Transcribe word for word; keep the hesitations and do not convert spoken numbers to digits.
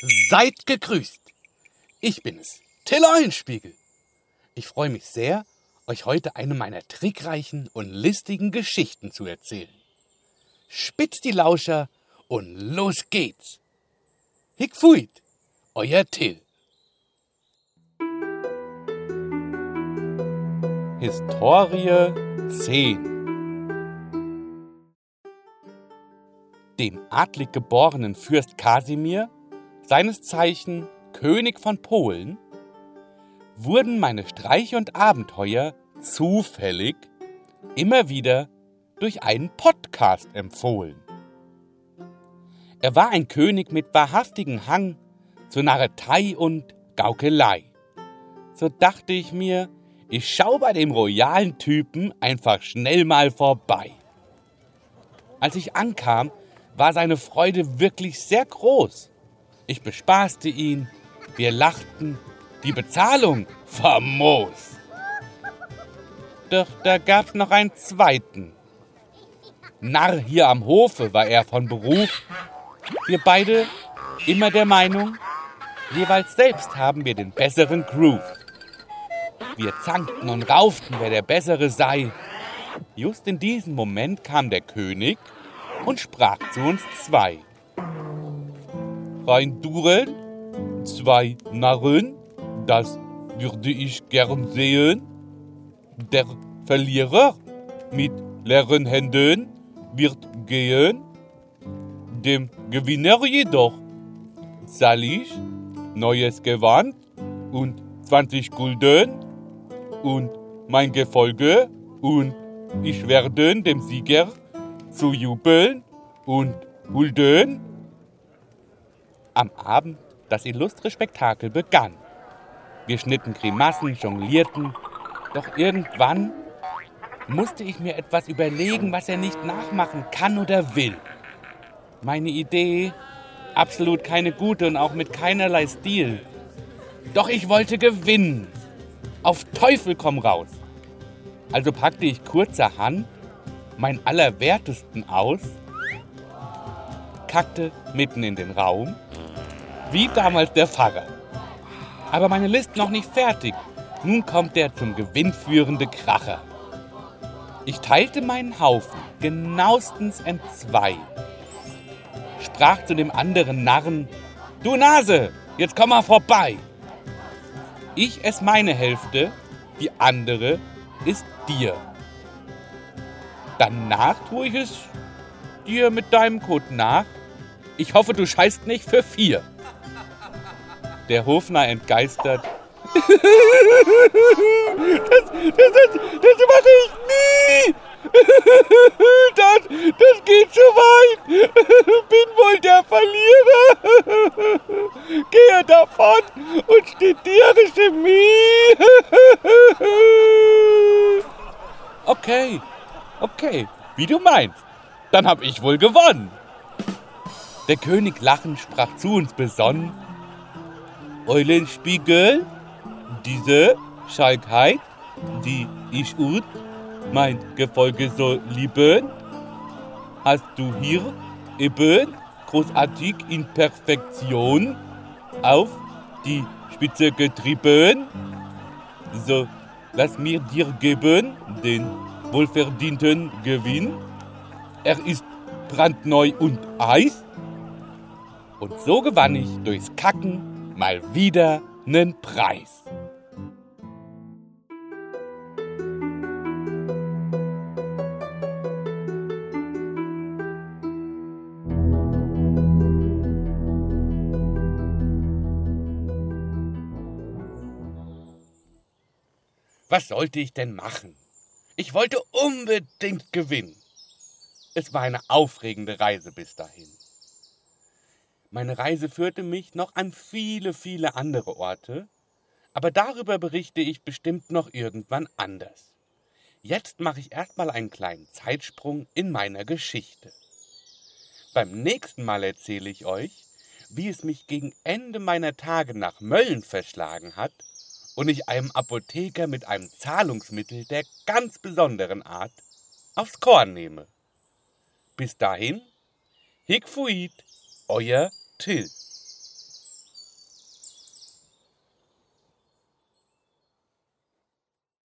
Seid gegrüßt. Ich bin es, Till Eulenspiegel. Ich freue mich sehr, euch heute eine meiner trickreichen und listigen Geschichten zu erzählen. Spitzt die Lauscher und los geht's. Hick Fuit, euer Till. Historie zehn. Dem adlig geborenen Fürst Kasimir, seines Zeichen König von Polen, wurden meine Streiche und Abenteuer zufällig immer wieder durch einen Podcast empfohlen. Er war ein König mit wahrhaftigem Hang zur Narretei und Gaukelei. So dachte ich mir, ich schau bei dem royalen Typen einfach schnell mal vorbei. Als ich ankam, war seine Freude wirklich sehr groß. Ich bespaßte ihn, wir lachten, die Bezahlung famos. Doch da gab's noch einen zweiten. Narr hier am Hofe war er von Beruf. Wir beide immer der Meinung, jeweils selbst haben wir den besseren Groove. Wir zankten und rauften, wer der Bessere sei. Just in diesem Moment kam der König und sprach zu uns zwei. Rein Duren, zwei Narren, das würde ich gern sehen. Der Verlierer mit leeren Händen wird gehen. Dem Gewinner jedoch zahl ich neues Gewand und zwanzig Gulden und mein Gefolge und ich werde dem Sieger zu jubeln und hulden. Am Abend das illustre Spektakel begann. Wir schnitten Grimassen, jonglierten, doch irgendwann musste ich mir etwas überlegen, was er nicht nachmachen kann oder will. Meine Idee, absolut keine gute und auch mit keinerlei Stil. Doch ich wollte gewinnen. Auf Teufel komm raus. Also packte ich kurzerhand mein Allerwertesten aus, kackte mitten in den Raum, wie damals der Pfarrer. Aber meine List noch nicht fertig. Nun kommt der zum Gewinn führende Kracher. Ich teilte meinen Haufen genauestens entzwei, sprach zu dem anderen Narren, du Nase, jetzt komm mal vorbei. Ich ess meine Hälfte, die andere ist dir. Danach tue ich es dir mit deinem Code nach. Ich hoffe, du scheißt nicht für vier. Der Hofnarr entgeistert. Das, das, das, das mache ich nie. Das, das geht zu weit. Bin wohl der Verlierer. Gehe davon und studiere Chemie. Okay, okay, wie du meinst. Dann hab ich wohl gewonnen. Der König lachend sprach zu uns besonnen. Eulenspiegel, diese Schalkheit, die ich und mein Gefolge so lieben, hast du hier eben großartig in Perfektion auf die Spitze getrieben. So, lass mir dir geben den wohlverdienten Gewinn. Er ist brandneu und Eis. Und so gewann ich durchs Kacken mal wieder nen Preis. Was sollte ich denn machen? Ich wollte unbedingt gewinnen. Es war eine aufregende Reise bis dahin. Meine Reise führte mich noch an viele, viele andere Orte, aber darüber berichte ich bestimmt noch irgendwann anders. Jetzt mache ich erstmal einen kleinen Zeitsprung in meiner Geschichte. Beim nächsten Mal erzähle ich euch, wie es mich gegen Ende meiner Tage nach Mölln verschlagen hat und ich einem Apotheker mit einem Zahlungsmittel der ganz besonderen Art aufs Korn nehme. Bis dahin, Hick Fuit, euer Till.